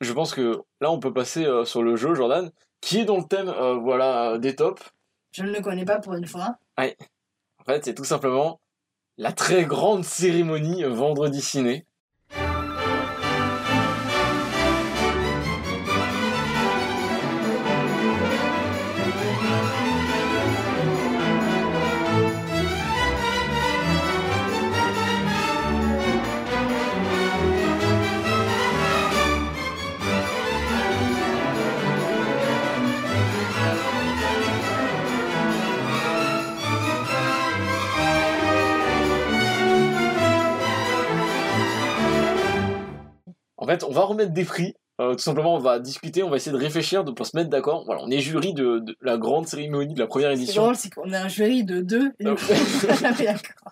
je pense que là, on peut passer sur le jeu, Jordan, qui est dans le thème voilà, des tops. Je ne le connais pas pour une fois. Ouais. En fait, c'est tout simplement la très grande cérémonie Vendredi Ciné. En fait, on va remettre des prix. Tout simplement, on va discuter, on va essayer de réfléchir pour se mettre d'accord. Voilà, on est jury de la grande cérémonie de la première Ce qui est édition. drôle, c'est qu'on a un jury de 2 et donc on n'est jamais d'accord.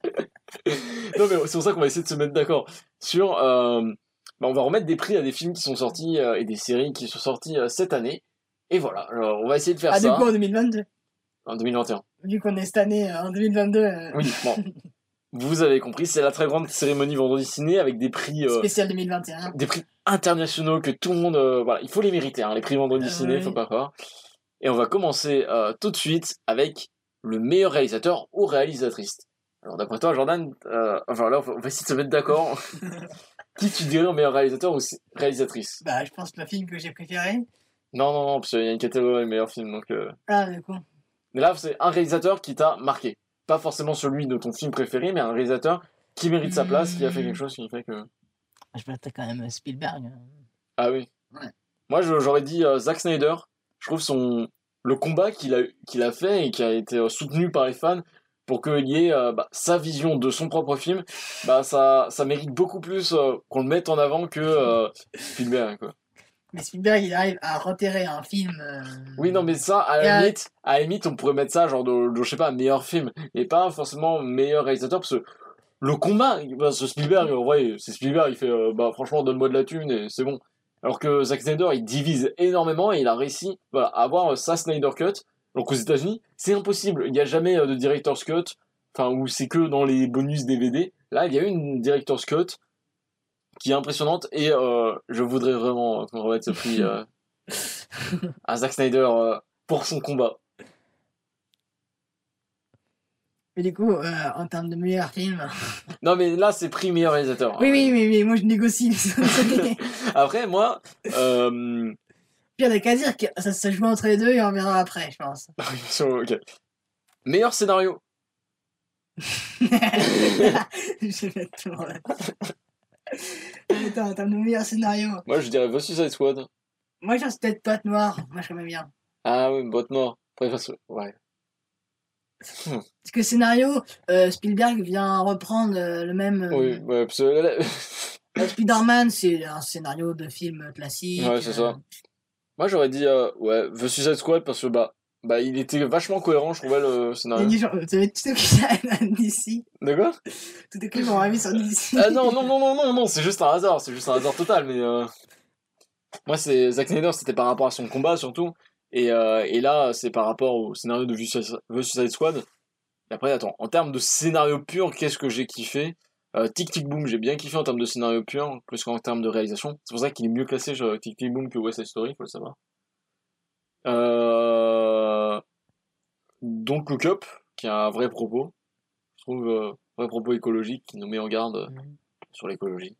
Non, mais c'est pour ça qu'on va essayer de se mettre d'accord sur. On va remettre des prix à des films qui sont sortis et des séries qui sont sortis cette année. Et voilà, alors, on va essayer de faire Ah, du ça coup, en 2022. en 2021. Vu qu'on est cette année en 2022, Oui, bon. Vous avez compris, c'est la très grande cérémonie Vendredi Ciné avec des prix, spécial 2021. des prix internationaux que tout le monde. Voilà, il faut les mériter, hein, les prix Vendredi Ciné, oui. faut pas croire. Et on va commencer tout de suite avec le meilleur réalisateur ou réalisatrice. Alors d'après toi, Jordan, enfin là, on va essayer de se mettre d'accord. Qui tu dirais en meilleur réalisateur ou réalisatrice? Bah, je pense que le film que j'ai préféré. Non, parce qu'il y a une catégorie meilleur film, donc. Ah, d'accord. Mais là, c'est un réalisateur qui t'a marqué. Pas forcément celui de ton film préféré, mais un réalisateur qui mérite sa place, qui a fait quelque chose qui fait que. Je m'attends quand même à Spielberg. Ah oui. Ouais. Moi, j'aurais dit Zack Snyder. Je trouve le combat qu'il a fait et qui a été soutenu par les fans pour qu'il y ait sa vision de son propre film, ça mérite beaucoup plus qu'on le mette en avant que Spielberg, quoi. Mais Spielberg, il arrive à reterrer un film. Oui, non, mais ça, à la limite, on pourrait mettre ça genre je sais pas, meilleur film, et pas forcément meilleur réalisateur, parce que le combat, ce Spielberg, en vrai, c'est Spielberg, il fait, franchement, donne-moi de la thune, et c'est bon. Alors que Zack Snyder, il divise énormément, et il a réussi, voilà, à avoir sa Snyder Cut. Donc aux États-Unis, c'est impossible, il n'y a jamais de Director's Cut, enfin, où c'est que dans les bonus DVD. Là, il y a eu une Director's Cut qui est impressionnante, et je voudrais vraiment qu'on remette ce prix à Zack Snyder pour son combat. Et du coup, en termes de meilleur film. Non, mais là, c'est prix meilleur réalisateur. Oui, moi je négocie. Après, moi. Pire des qu'à dire que ça se joue entre les deux et on verra après, je pense. Ok. Meilleur scénario. Je vais mettre tout là. Attends, en termes de meilleur scénario. Moi, je dirais The Suicide Squad. Moi, je pense peut-être Boîte Noire. Moi, je connais bien. Ah oui, Boîte Noire. Ouais. Parce que scénario, Spielberg vient reprendre le même. Oui, ouais, parce que. Spider-Man, c'est un scénario de film classique. Ouais, c'est ça. Moi, j'aurais dit The Suicide Squad parce que il était vachement cohérent, je trouvais, le scénario. Il y a des gens, vous avez tout écrit à DC. De quoi? Tout écrit pour avis sur DC. Ah non, c'est juste un hasard, total, mais moi, c'est Zack Snyder, c'était par rapport à son combat surtout, et là, c'est par rapport au scénario de The Suicide Squad. Et après, attends, en termes de scénario pur, qu'est-ce que j'ai kiffé? Tic Tic Boom, j'ai bien kiffé en termes de scénario pur, plus qu'en termes de réalisation. C'est pour ça qu'il est mieux classé Tic Tic Boom que West Side Story, faut le savoir. Donc Look Up, qui a un vrai propos, je trouve, vrai propos écologique, qui nous met en garde sur l'écologie.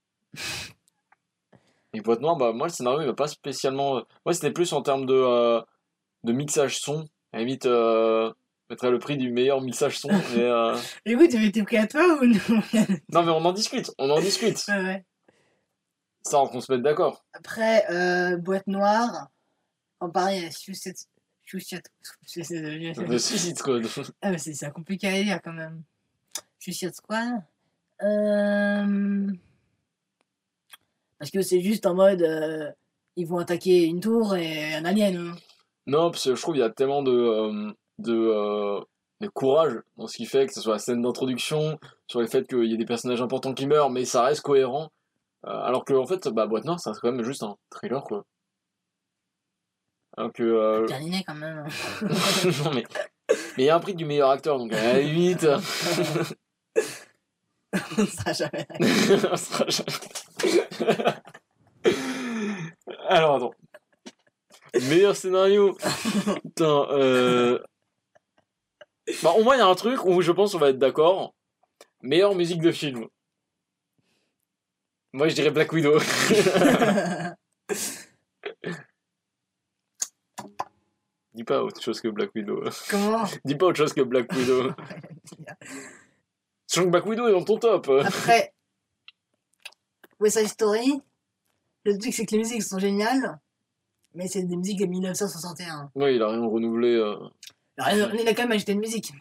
Et Boîte Noire, moi le scénario il va pas spécialement. Moi c'était plus en termes de mixage son. À la limite, mettrais le prix du meilleur mixage son. Mais, Du coup, tu avais été pris à toi ou non? Non, mais on en discute. Ouais. Ça, on se met d'accord. Après, Boîte Noire, on parlait de Suicide Le Suicide Squad. Ah, mais c'est compliqué à lire quand même. Suicide Squad. Parce que c'est juste en mode. Ils vont attaquer une tour et un alien. Non, parce que je trouve qu'il y a tellement de courage dans ce qui fait que ce soit la scène d'introduction, sur le fait qu'il y ait des personnages importants qui meurent, mais ça reste cohérent. Alors que, en fait, Boîte Noire, ça reste quand même juste un trailer, quoi. Alors que. Terminé quand même. Non, mais il y a un prix du meilleur acteur, donc à la limite. On sera jamais d'accord. On sera jamais. Alors, attends. Meilleur scénario. Putain, Bah, au moins, il y a un truc où je pense qu'on va être d'accord. Meilleure musique de film. Moi, je dirais Black Widow. Dis pas autre chose que Black Widow. Comment? Dis pas autre chose que Black Widow. Sachant que Black Widow est dans ton top. Après, West Side Story, le truc c'est que les musiques sont géniales, mais c'est des musiques de 1961. Ouais, il a rien renouvelé. Alors, il a quand même ajouté une musique.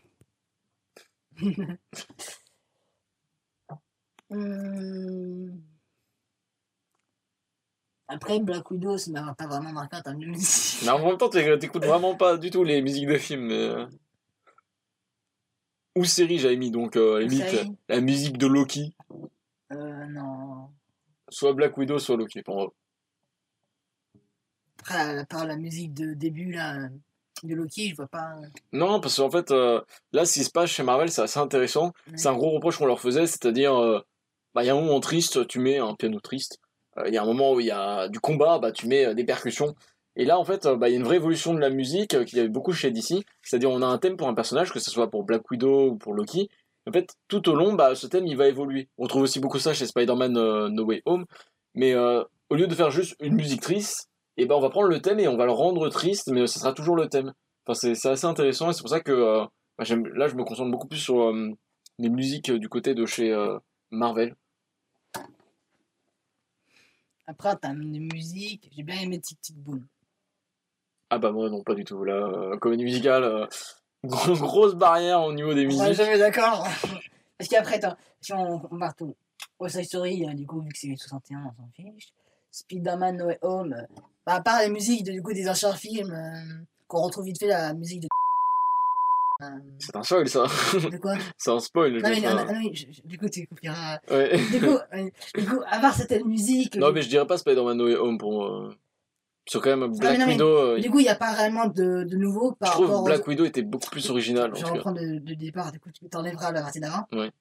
Après, Black Widow, ça m'a pas vraiment marqué en termes de musique. Mais en même temps, t'écoutes vraiment pas du tout les musiques de films. Ou série, j'avais mis donc à la limite Série la musique de Loki. Non. Soit Black Widow, soit Loki. Pour moi. Après, à part la musique de début là, de Loki, je vois pas. Non, parce qu'en fait, là, ce qui se passe chez Marvel, c'est assez intéressant. Ouais. C'est un gros reproche qu'on leur faisait, c'est-à-dire, bah, il y a un moment triste, tu mets un piano triste. Il y a un moment où il y a du combat, bah, tu mets des percussions. Et là, en fait, bah, il y a une vraie évolution de la musique qu'il y avait beaucoup chez DC. C'est-à-dire, on a un thème pour un personnage, que ce soit pour Black Widow ou pour Loki. En fait, tout au long, bah, ce thème, il va évoluer. On trouve aussi beaucoup ça chez Spider-Man No Way Home. Mais au lieu de faire juste une musique triste, et ben, on va prendre le thème et on va le rendre triste, mais ce sera toujours le thème. Enfin, c'est assez intéressant et c'est pour ça que bah, là, je me concentre beaucoup plus sur les musiques du côté de chez Marvel. Après, en termes de musique, j'ai bien aimé Tic Tic Boom. Ah bah moi non, pas du tout. Là, comédie musicale, grosse barrière au niveau des On sera musiques. jamais d'accord. Parce qu'après, attends, si on part tout. West Side Story, du coup, vu que c'est 61, on s'en fiche. Spider-Man No Way Home, bah, à part les musiques du coup, des anciens films, qu'on retrouve vite fait la musique de. C'est un spoil ça. De quoi? C'est un spoil. Non, mais, ça. non, oui, du coup, tu comprends. Ouais. Du coup, à part cette musique. Non mais je dirais pas Spider-Man No Way Home pour moi. C'est quand même Black non, mais, Widow. du coup, il n'y a pas réellement de nouveau Je par trouve rapport Black Widow était beaucoup plus original. Je En tout cas. reprends du départ, du coup, tu t'enlèveras la partie d'avant. Ouais.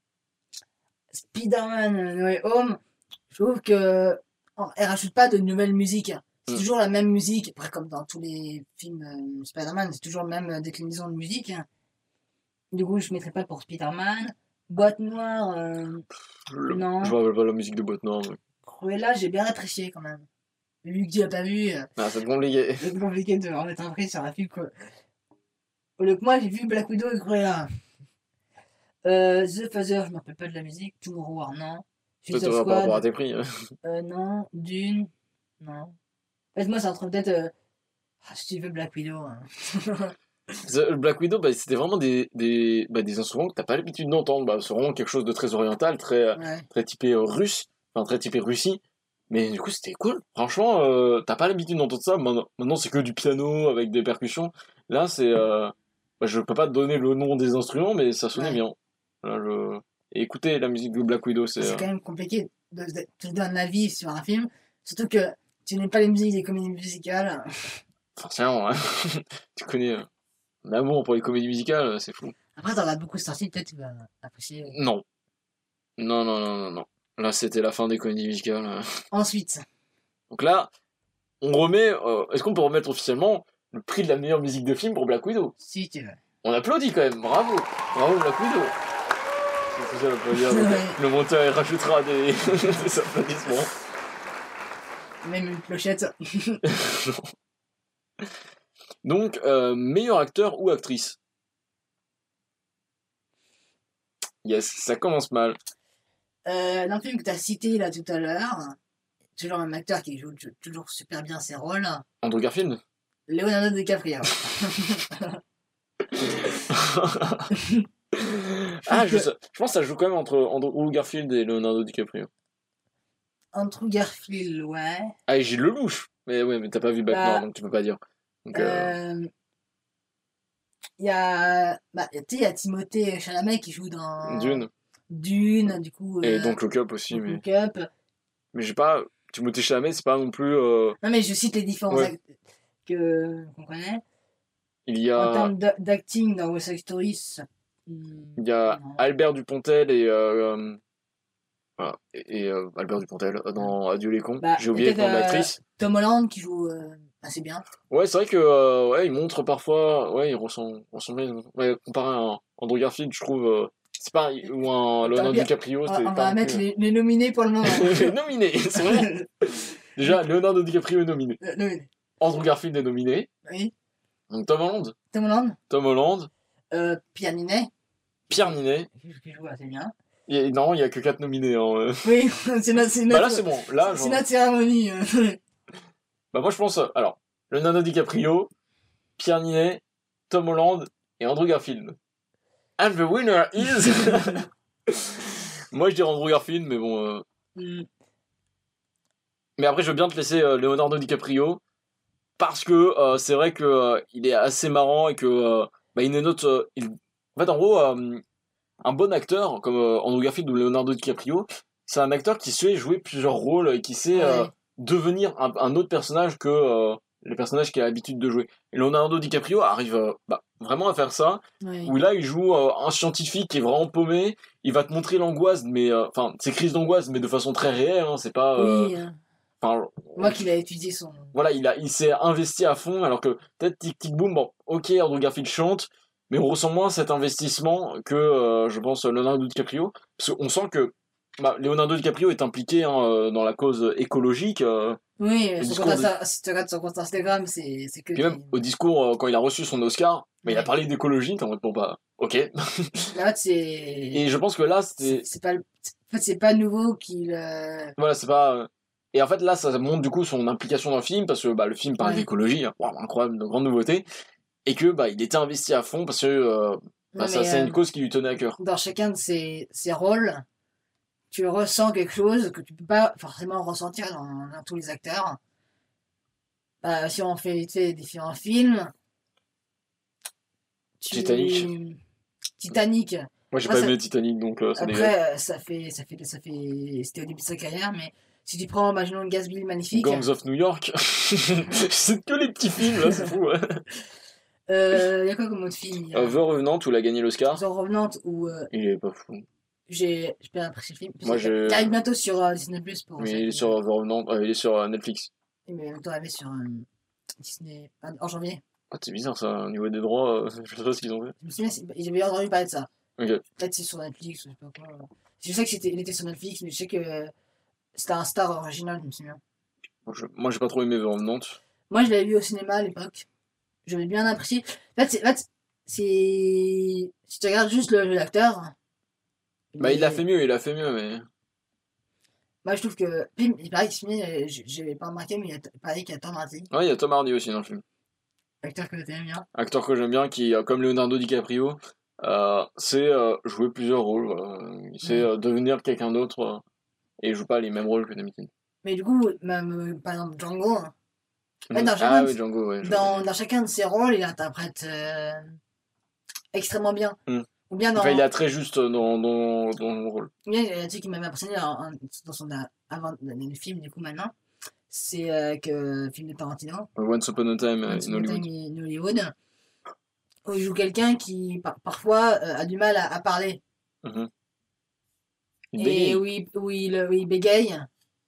Spider-Man No Way Home, je trouve que elle rajoute pas de nouvelles musiques. C'est toujours la même musique. Après, comme dans tous les films Spider-Man, c'est toujours la même déclinaison de musique. Du coup, je mettrais pas pour Spider-Man. Boîte Noire, non. Je me rappelle pas la musique de Boîte Noire. Mais... Cruella, j'ai bien apprécié quand même. Vu que tu l'as pas vu, Ah, c'est compliqué. c'est compliqué de remettre un prix sur un film. Au lieu que moi, j'ai vu Black Widow et Cruella. The Father, je me rappelle pas de la musique. Tomorrow War, non. Peut-être par rapport à tes prix. Non. Dune, non. En fait, moi, ça retrouve peut-être. Si tu veux Black Widow. Black Widow, bah, c'était vraiment des instruments que t'as pas l'habitude d'entendre. Bah, c'est vraiment quelque chose de très oriental, Ouais. très typé russe, enfin très typé Russie. Mais du coup, c'était cool. Franchement, t'as pas l'habitude d'entendre ça. Maintenant, c'est que du piano avec des percussions. Là, bah, je peux pas te donner le nom des instruments, mais ça sonnait Ouais. bien. Là, Et écoutez la musique de Black Widow, C'est quand même compliqué de te donner un avis sur un film. Surtout que tu n'aimes pas les musiques des comédies musicales. Forcément, hein. Tu connais l'amour pour les comédies musicales, c'est fou. Après, t'en as beaucoup sorti, peut-être tu vas apprécier. Non. Non, non, non, non, non. Là, c'était la fin des comédies musicales. Ensuite, Donc là, on remet. Est-ce qu'on peut remettre officiellement le prix de la meilleure musique de film pour Black Widow? si tu veux. On applaudit quand même, bravo! Bravo Black Widow! C'est tout ça l'applaudir. Le monteur il rajoutera des applaudissements. Même une clochette. Donc, meilleur acteur ou actrice? Yes, ça commence mal. Dans le film que tu as cité là tout à l'heure, toujours un même acteur qui joue toujours super bien ses rôles, Andrew Garfield? Leonardo DiCaprio. Ah, je pense que ça joue quand même entre Andrew Garfield et Leonardo DiCaprio. Andrew Garfield, ouais. Ah, et Gilles Lelouch! Mais ouais, mais t'as pas vu Batman, donc tu peux pas dire. Donc, il y a Timothée Chalamet qui joue dans Dune, du coup. Et donc Look Up aussi. Mais... Look Up. Mais j'ai pas. Timothée Chalamet, c'est pas non plus. Non, mais je cite les différents actes qu'on connaît. Il y a. En termes d'acting dans West Side Story, il y a Albert Dupontel et. Voilà. Et Albert Dupontel dans Adieu les cons. Bah, J'ai oublié le nom de l'actrice. Tom Holland qui joue assez bien. Ouais, c'est vrai que ouais, il montre parfois. Ouais, il ressemble bien. Ouais, comparé à un Andrew Garfield, je trouve. C'est pas. Ou un Leonardo DiCaprio, On c'est pas. va mettre les nominés pour le moment. Les nominés, c'est vrai. Déjà, Leonardo DiCaprio est nominé. Nominé. Andrew Garfield est nominé. Oui. Donc Tom Holland. Tom Holland. Pierre Ninet. Pierre Ninet. Qui joue assez bien. Non, il n'y a que 4 nominés. Hein. Oui, c'est notre. Bah là, c'est bon. Là, c'est notre cérémonie. Bah moi, je pense. Alors, Leonardo DiCaprio, Pierre Ninet, Tom Holland et Andrew Garfield. And the winner is. Moi, je dirais Andrew Garfield, mais bon. Mais après, je veux bien te laisser Leonardo DiCaprio parce que c'est vrai que il est assez marrant et que bah, il dénote. En fait, en gros, un bon acteur comme Andrew Garfield ou Leonardo DiCaprio, c'est un acteur qui sait jouer plusieurs rôles et qui sait devenir un autre personnage que les personnages qu'il a l'habitude de jouer. Et Leonardo DiCaprio arrive vraiment à faire ça, où là il joue un scientifique qui est vraiment paumé, il va te montrer l'angoisse, mais enfin ses crises d'angoisse, mais de façon très réelle, hein, c'est pas. Moi qu'il a étudié son. Voilà, il s'est investi à fond, alors que peut-être Tic Tic Boom, bon, ok, Andrew Garfield chante, mais on ressent moins cet investissement que, je pense, Leonardo DiCaprio, parce qu'on sent que Leonardo DiCaprio est impliqué dans la cause écologique. Oui, si tu regardes son compte Instagram, c'est que. Puis même au discours, quand il a reçu son Oscar, il a parlé d'écologie, t'es en mode, bon bah, ok. Là, c'est. Et je pense que là, c'est pas. En fait, c'est pas nouveau qu'il. Voilà, c'est pas. Et en fait, là, ça montre du coup son implication dans le film, parce que le film parle d'écologie, hein, wow, incroyable, de grande nouveauté, et que il était investi à fond parce que c'est une cause qui lui tenait à cœur. Dans chacun de ses rôles, tu ressens quelque chose que tu peux pas forcément ressentir dans tous les acteurs. Si on fait différents films. Titanic. Moi, j'ai pas aimé Titanic, donc ça dégage. Après, c'était au début de sa carrière, mais si tu prends, imaginons Gatsby Magnifique. Gangs of New York. C'est que les petits films, là, c'est fou. Y a quoi comme autre film The Revenant, où il a gagné l'Oscar. The Revenant, où. Il est pas fou. J'ai pas apprécié le film. Moi, il arrive bientôt sur Disney+. Oui, il est sur The Revenant, il est sur Netflix. Oui, mais bientôt arrivé sur Disney en janvier. Ah, c'est bizarre ça, au niveau des droits, je sais pas ce qu'ils ont fait. Je me souviens, j'avais entendu parler de ça. Ok. Peut-être c'est sur Netflix, je sais pas quoi. Je sais qu'il était sur Netflix, mais je sais que c'était un star original, je me souviens. Moi, j'ai pas trop aimé The Revenant. Moi, je l'avais vu au cinéma à l'époque. J'avais bien apprécié. En fait, si tu regardes juste l'acteur. Il l'a fait mieux, mais. Moi, je trouve que. Il paraît que j'avais pas remarqué, mais il paraît qu'il y a Tom Hardy. Ouais, il y a Tom Hardy aussi dans le film. Acteur que t'aimes bien. Acteur que j'aime bien, qui, comme Leonardo DiCaprio, sait jouer plusieurs rôles. Voilà. Il sait devenir quelqu'un d'autre et il joue pas les mêmes rôles que d'habitude. Mais du coup, même par exemple Django. Django, ouais. Dans chacun de ses rôles, il interprète extrêmement bien. Ou bien dans... Enfin, il est très juste dans le rôle. Il y a un truc qui m'avait impressionné dans son avant le film, du coup, maintenant. C'est que le film de Tarantino. Once Upon a Time in Hollywood. Où il joue quelqu'un qui, parfois, a du mal à parler. Et où il bégaye.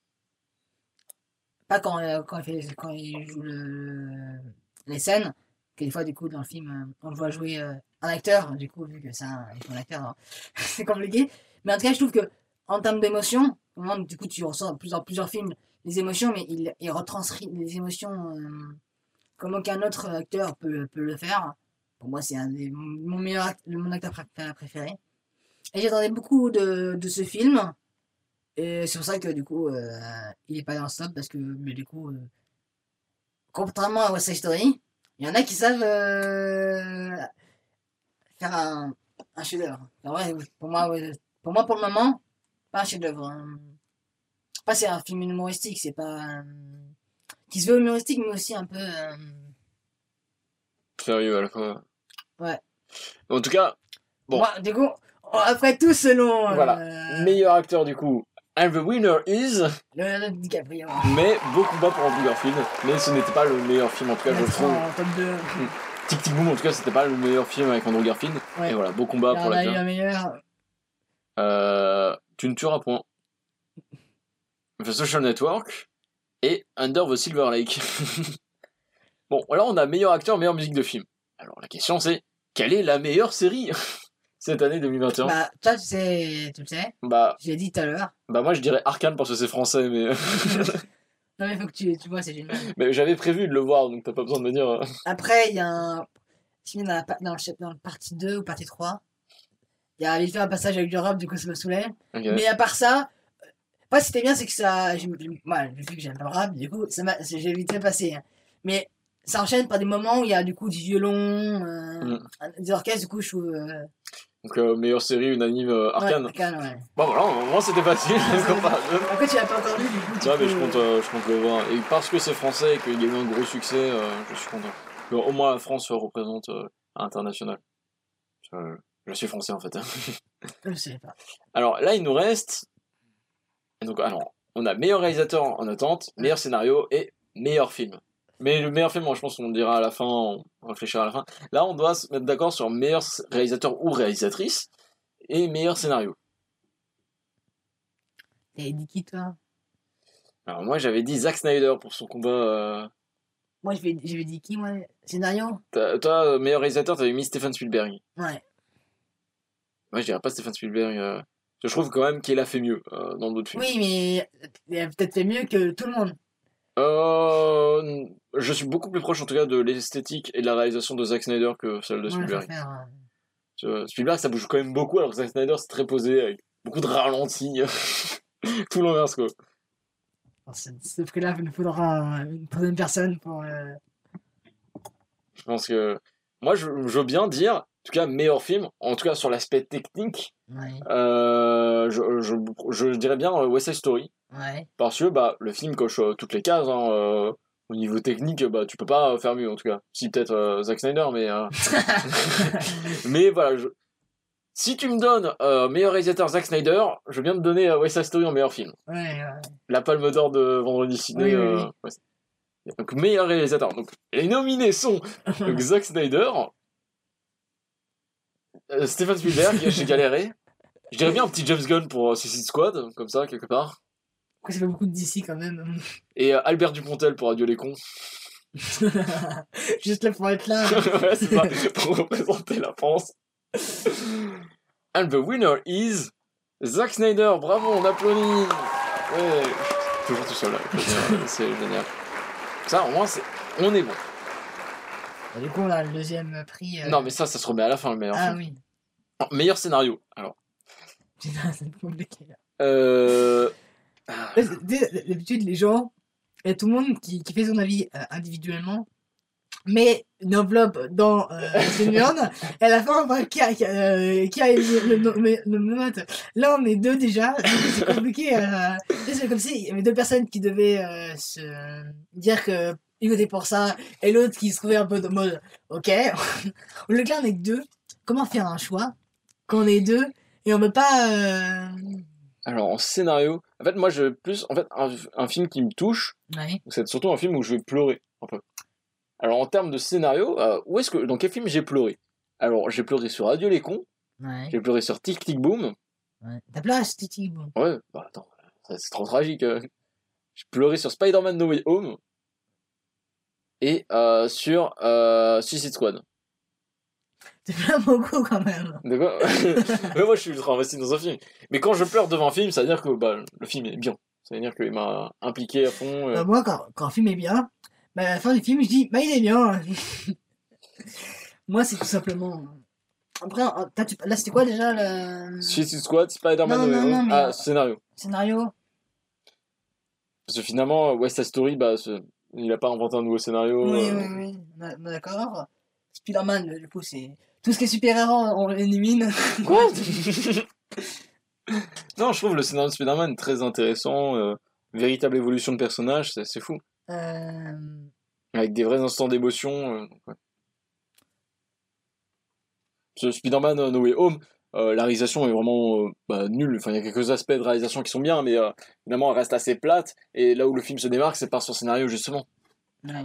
Pas quand il joue les scènes. Que des fois, du coup, dans le film, on le voit jouer un acteur. Du coup, vu que c'est un acteur, c'est compliqué. Mais en tout cas, je trouve que en termes d'émotion, au moment où, du coup, tu ressens dans plusieurs films les émotions, mais il retranscrit les émotions comme aucun autre acteur peut le faire. Pour moi, c'est mon acteur préféré. Et j'attendais beaucoup de ce film. Et c'est pour ça que du coup, il est pas dans le stop parce que, mais du coup, contrairement à West Side Story, il y en a qui savent faire un chef-d'œuvre. Pour moi, pour le moment, pas un chef-d'œuvre. Pas c'est un film humoristique, c'est pas qui se veut humoristique, mais aussi un peu sérieux à la fois. Ouais. En tout cas, bon. Moi, du coup, après tout, selon. Voilà. Meilleur acteur du coup. And the winner is. Leonardo DiCaprio. Mais beau combat pour Andrew Garfield. Mais ce n'était pas le meilleur film en tout cas, je trouve. En top 2. Tic Tic Boom, en tout cas, c'était pas le meilleur film avec Andrew Garfield. Ouais. Et voilà, beau combat pour l'acteur. La meilleure. Tu ne tueras point. The Social Network et Under the Silver Lake. Bon, là on a meilleur acteur, meilleure musique de film. Alors la question c'est, quelle est la meilleure série cette année 2021? Bah, toi, tu le sais. Bah, Je l'ai dit tout à l'heure. bah moi je dirais Arcane parce que c'est français, mais Non, mais faut que tu vois, c'est génial. mais j'avais prévu de le voir, donc t'as pas besoin de me dire. Après, il y a un. Si dans le partie 2 ou partie 3, il y a vite fait un passage avec du rap, du coup, ça me saoulait. Okay. Mais à part ça, pas c'était bien, c'est que ça. Moi, vu que j'aime pas le rap, du coup, j'ai vite fait passer. Hein. Mais ça enchaîne par des moments où il y a du coup du violon, des orchestres, du coup, je trouve. Donc meilleure série unanime Arcane. Ouais, Arcane, ouais. Bon voilà, au moins c'était facile. Après, tu l'as pas encore vu, du coup. Ouais, mais je compte le voir. Et parce que c'est français et qu'il y a eu un gros succès, je suis content. Au moins la France se représente à l'international. Je suis français en fait. Je sais pas. Alors là, il nous reste. Donc, alors, on a meilleur réalisateur en attente, meilleur scénario et meilleur film. Mais le meilleur film, moi, je pense qu'on le dira à la fin, on réfléchira à la fin. Là, on doit se mettre d'accord sur meilleur réalisateur ou réalisatrice et meilleur scénario. Et dit qui, toi? Alors, moi, j'avais dit Zack Snyder pour son combat. Moi, j'avais dit qui, moi? Scénario? Toi, meilleur réalisateur, t'avais mis Steven Spielberg. Ouais. Moi, je dirais pas Steven Spielberg. Je trouve quand même qu'il a fait mieux dans d'autres films. Oui, mais il a peut-être fait mieux que tout le monde. Je suis beaucoup plus proche en tout cas de l'esthétique et de la réalisation de Zack Snyder que celle de Spielberg. Spielberg ça bouge quand même beaucoup alors que Zack Snyder c'est très posé avec beaucoup de ralentis. Tout l'inverse quoi. Sauf que là il nous faudra une troisième personne pour... Je pense que... Moi je veux bien dire, en tout cas meilleur film, en tout cas sur l'aspect technique, ouais. je dirais bien West Side Story. Ouais. Parce que bah, le film coche toutes les cases. Hein, au niveau technique, bah, tu peux pas faire mieux en tout cas. Si peut-être Zack Snyder, mais... mais voilà, si tu me donnes meilleur réalisateur Zack Snyder, je veux bien te donner West Side Story en meilleur film. Ouais. La Palme d'Or de Vendredi Ciné. Oui. Ouais. Donc meilleur réalisateur. Donc les nominés sont Zack Snyder, Steven Spielberg, j'ai galéré. Je dirais bien un petit James Gunn pour Suicide Squad, comme ça, quelque part. Après, ça fait beaucoup de DC quand même. Et Albert Dupontel pour Adieu les cons. Juste là pour être là. Ouais, c'est ça, pour représenter la France. And the winner is Zack Snyder. Bravo, on applaudit. Ouais, toujours tout seul là. C'est génial. Ça, au moins, on est bon. Et du coup, on a le deuxième prix. Non, mais ça se remet à la fin, le meilleur film. Oui. Non, meilleur scénario, alors. Putain, c'est compliqué là. D'habitude, les gens, il y a tout le monde qui fait son avis individuellement, mais une enveloppe dans une urne, et à la fin, on voit qui a le note. Là, on est deux déjà, c'est compliqué. C'est comme si il y avait deux personnes qui devaient se dire que ils votaient pour ça, et l'autre qui se trouvait un peu de mode, ok. Au lieu que là, on est deux, comment faire un choix quand on est deux, et on peut pas... Alors, en scénario, en fait, moi, un film qui me touche, ouais. C'est surtout un film où je vais pleurer, un peu. Alors, en termes de scénario, dans quel film j'ai pleuré? Alors, j'ai pleuré sur Adieu les cons, j'ai pleuré sur Tic Tic Boom. Ouais. T'as pleuré sur Tic Tic Boom? Ouais, bah attends, c'est trop tragique. J'ai pleuré sur Spider-Man No Way Home et sur Suicide Squad. Tu pleures beaucoup quand même. De quoi? Mais moi, je suis ultra investi dans un film. Mais quand je pleure devant un film, ça veut dire que le film est bien. Ça veut dire qu'il m'a impliqué à fond. Moi, quand un film est bien, à la fin du film, je dis, il est bien. Moi, c'est tout simplement... Après, là, c'était quoi déjà le... Suicide Squad, Spider-Man No Way Home. Ah, scénario. Scénario. Parce que finalement, West Side Story, il a pas inventé un nouveau scénario. Oui. D'accord. Spider-Man, du coup, c'est... Tout ce qui est super-héros, on l'élimine. Quoi? Non, je trouve le scénario de Spider-Man très intéressant. Véritable évolution de personnage, c'est fou. Avec des vrais instants d'émotion. Ouais. Ce Spider-Man No Way Home, la réalisation est vraiment nulle. Enfin, il y a quelques aspects de réalisation qui sont bien, mais finalement, elle reste assez plate. Et là où le film se démarque, c'est par son scénario, justement. Ouais.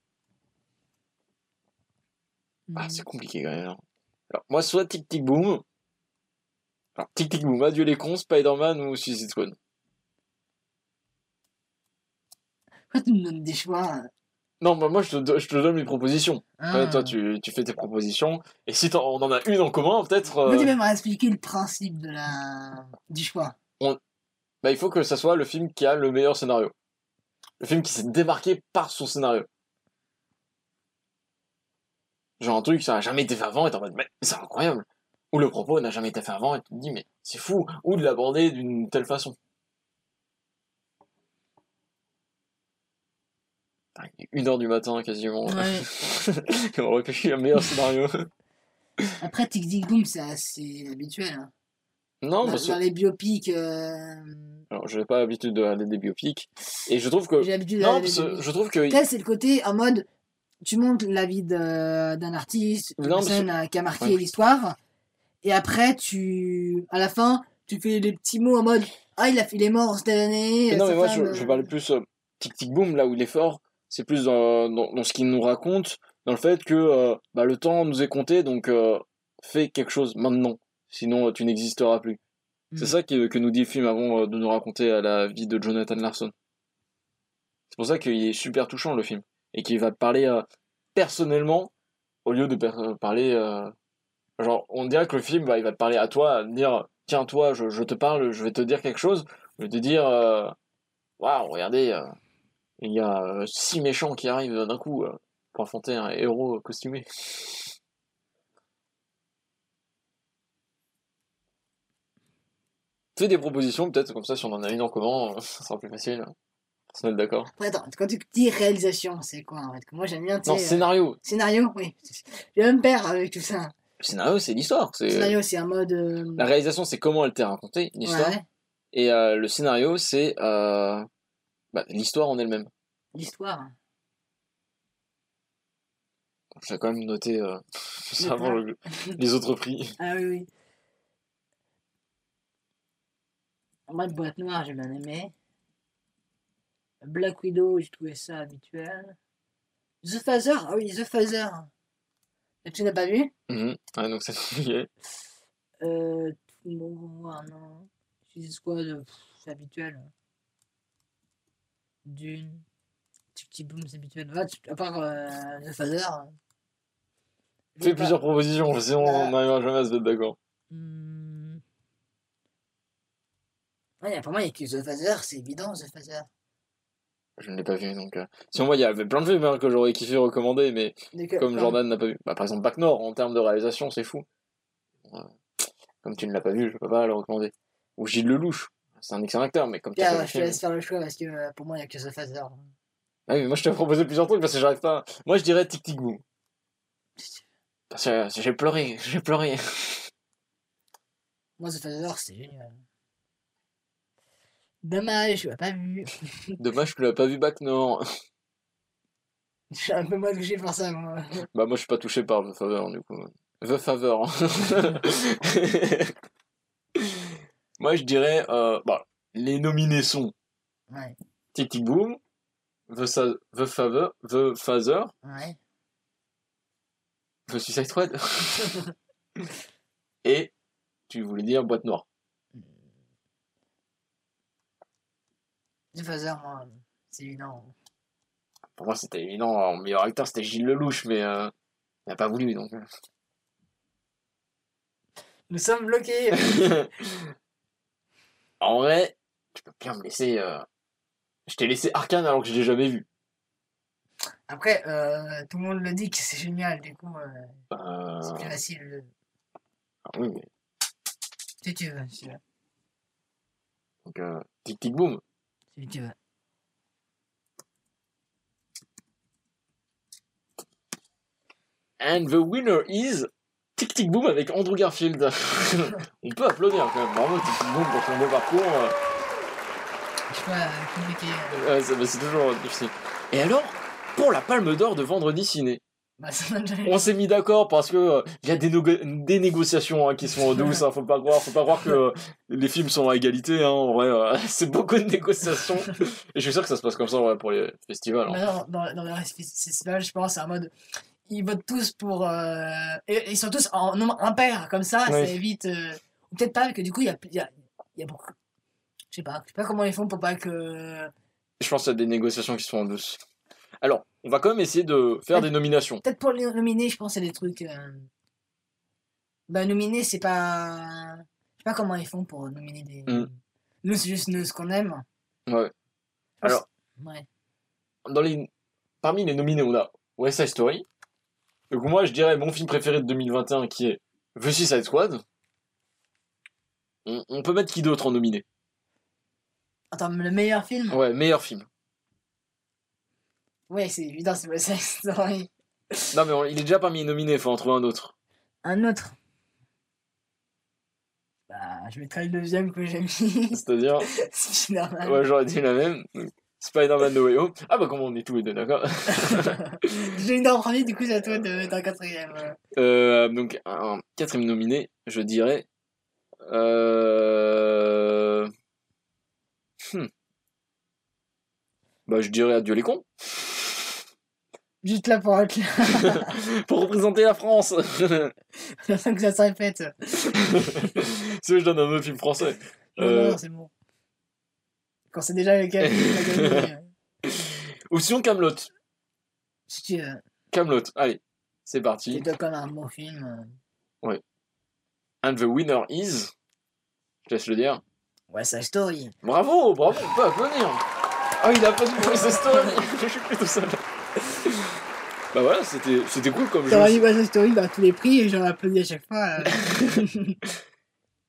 C'est compliqué quand même. Alors, moi, soit Tic Tic Boom. Alors, Tic Tic Boom, Adieu les cons, Spider-Man ou Suicide Squad. Pourquoi tu me donnes des choix? Non, bah moi je te donne mes propositions. Après, toi Ah. tu fais tes propositions. Et si on en a une en commun, peut-être. Moi, tu peux m'expliquer le principe du choix. Bah, il faut que ça soit le film qui a le meilleur scénario. Le film qui s'est démarqué par son scénario. Genre un truc, ça n'a jamais été fait avant, et t'es en mode, mais c'est incroyable. Ou le propos n'a jamais été fait avant, et tu te dis, mais c'est fou. Ou de l'aborder d'une telle façon. Il est 1h du matin, quasiment. Ouais. Et on réfléchit à un meilleur scénario. Après, Tic Tic Boom, c'est assez habituel. Hein. Non, Dans, parce dans que... les biopics, Alors, je n'ai pas l'habitude de regarder des biopics. Et je trouve que... j'ai l'habitude Non, d'aller parce des que biopics. je trouve que... Tu sais, c'est le côté en mode, tu montres la vie d'un artiste, d'une Non, parce personne que... qui a marqué Ouais. l'histoire, et après, à la fin, tu fais des petits mots en mode, ah, il est mort cette année, Mais non, sa mais moi, femme. je parlais plus Tic Tic Boom, là où il est fort, c'est plus dans ce qu'il nous raconte, dans le fait que bah, le temps nous est compté, donc fais quelque chose maintenant, sinon tu n'existeras plus. C'est ça que nous dit le film avant de nous raconter la vie de Jonathan Larson. C'est pour ça qu'il est super touchant, le film, et qu'il va te parler personnellement, au lieu de parler... genre, on dirait que le film, bah, il va te parler à toi, à te dire, tiens, toi, je te parle, je vais te dire quelque chose, je vais te dire... Waouh, regardez, il y a 6 méchants qui arrivent d'un coup pour affronter un héros costumé. Fais des propositions, peut-être, comme ça, si on en a une en commun, ça sera plus facile. On se mettre d'accord. Après, attends, quand tu dis réalisation, c'est quoi en fait? Moi, j'aime bien, tu Non, sais. scénario. Scénario, oui. Je vais me perdre avec tout ça. Le scénario, c'est l'histoire. Scénario, c'est un mode. La réalisation, c'est comment elle t'est racontée, l'histoire. Ouais, Et le scénario, c'est bah, l'histoire en elle-même. l'histoire. J'ai quand même noté ça avant D'accord. les autres prix. Ah oui, oui. Moi, Boîte Noire, j'ai bien aimé. Black Widow, j'ai trouvé ça habituel. The Phaser, ah oui, The Phaser. Et tu n'as pas vu? Ouais, donc ça y est. Noir, non. Suicide Squad, c'est habituel. Dune. Petit boom, c'est habituel. Ouais, à part The Phaser. Fais plusieurs propositions, sinon on n'arrivera jamais à se mettre d'accord. Ouais, pour moi, il n'y a que The Phaser, c'est évident, The Phaser. Je ne l'ai pas vu, donc... Sinon, moi, il y avait plein de films hein, que j'aurais kiffé recommander, mais comme Jordan n'a pas vu... Bah, par exemple, Bac Nord, en termes de réalisation, c'est fou. Comme tu ne l'as pas vu, je peux pas le recommander. Ou Gilles Lelouch, c'est un excellent acteur, mais comme tu as pas vu le Je te film... laisse faire le choix parce que pour moi, il n'y a que The Phaser. Ah oui, mais moi, je t'ai proposé plusieurs trucs parce que j'arrive pas... Moi, je dirais Tic Tic Boom. Parce que j'ai pleuré, j'ai pleuré. Moi, The Phaser, c'est génial. Dommage, je l'ai pas vu. Dommage que tu l'as pas vu Bac Nord. Je suis un peu mal touché par ça, moi. Bah, moi, je suis pas touché par The Favor, du coup. The Favor. Moi, je dirais... bah, les nominés sont... Ouais. Tic Tic Boom, The Father, Ouais. The Suicide Squad, et tu voulais dire Boîte Noire. The Phaser, moi, c'est évident. Pour moi, c'était évident, en meilleur acteur, c'était Gilles Lelouch, mais il n'a pas voulu, donc... Nous sommes bloqués. En vrai, tu peux bien me laisser... Je t'ai laissé Arcane alors que je l'ai jamais vu. Après, tout le monde le dit que c'est génial, du coup, c'est plus facile. Ah oui, mais... Si tu veux, si tu veux. Donc, Tic Tic Boom. Si tu veux. And the winner is... Tic Tic Boom avec Andrew Garfield. On peut applaudir quand même. Bravo Tic Tic Boom pour son beau parcours. Je sais pas, compliqué. C'est toujours difficile. Et alors, pour la Palme d'Or de Vendredi Ciné, Bah, ça m'a déjà... on s'est mis d'accord parce que y a des négociations hein, qui sont douces. Hein, faut pas croire que les films sont à égalité. Hein, en vrai, c'est beaucoup de négociations. Et je suis sûr que ça se passe comme ça ouais, pour les festivals. Hein. Maintenant, dans les festivals, je pense, c'est en mode... Ils votent tous pour... et ils sont tous en nombre impair, comme ça, Oui. ça évite... Ou peut-être pas, parce que du coup, il y a beaucoup... Je sais pas comment ils font pour pas que Je pense qu'il y a des négociations qui sont en douce. Alors, on va quand même essayer de faire des nominations. Peut-être pour les nominer, je pense c'est des trucs. Bah, nominer, c'est pas. Je sais pas comment ils font pour nominer des. Nous, c'est juste nous, ce qu'on aime. Ouais. Alors, ouais. Parmi les nominés, on a West Side Story. Donc, moi, je dirais mon film préféré de 2021 qui est The Suicide Squad. On peut mettre qui d'autre en nominé? Attends, le meilleur film? Ouais, meilleur film. Ouais, c'est évident, c'est West Side Story. Non, mais il est déjà parmi les nominés, il faut en trouver un autre. Un autre? Bah, je mettrai le deuxième que j'ai mis. C'est-à-dire Spider-Man. Ouais, j'aurais dit la même. Spider-Man No Way Home. Ah bah comment on est tous les deux, d'accord. J'ai une en premier, du coup c'est à toi d'un quatrième. Donc un quatrième nominé, je dirais... Bah je dirais Adieu les cons. Juste là pour être là. Pour représenter la France. J'ai l'impression que ça se répète. Si je donne un autre film français. Non, c'est bon. Quand c'est déjà lequel qui a gagné. Ou sinon Kaamelott. Si tu veux. Kaamelott, allez, c'est parti. C'est comme un bon film. Ouais. And the winner is... Je te laisse le dire. West Side Story. Bravo, on peut applaudir. Ah, il a pas de West Side Story. Je suis plus tout seul. Bah voilà, c'était cool comme jeu. T'aurais dit West Side Story dans tous les prix et j'aurais applaudi à chaque fois.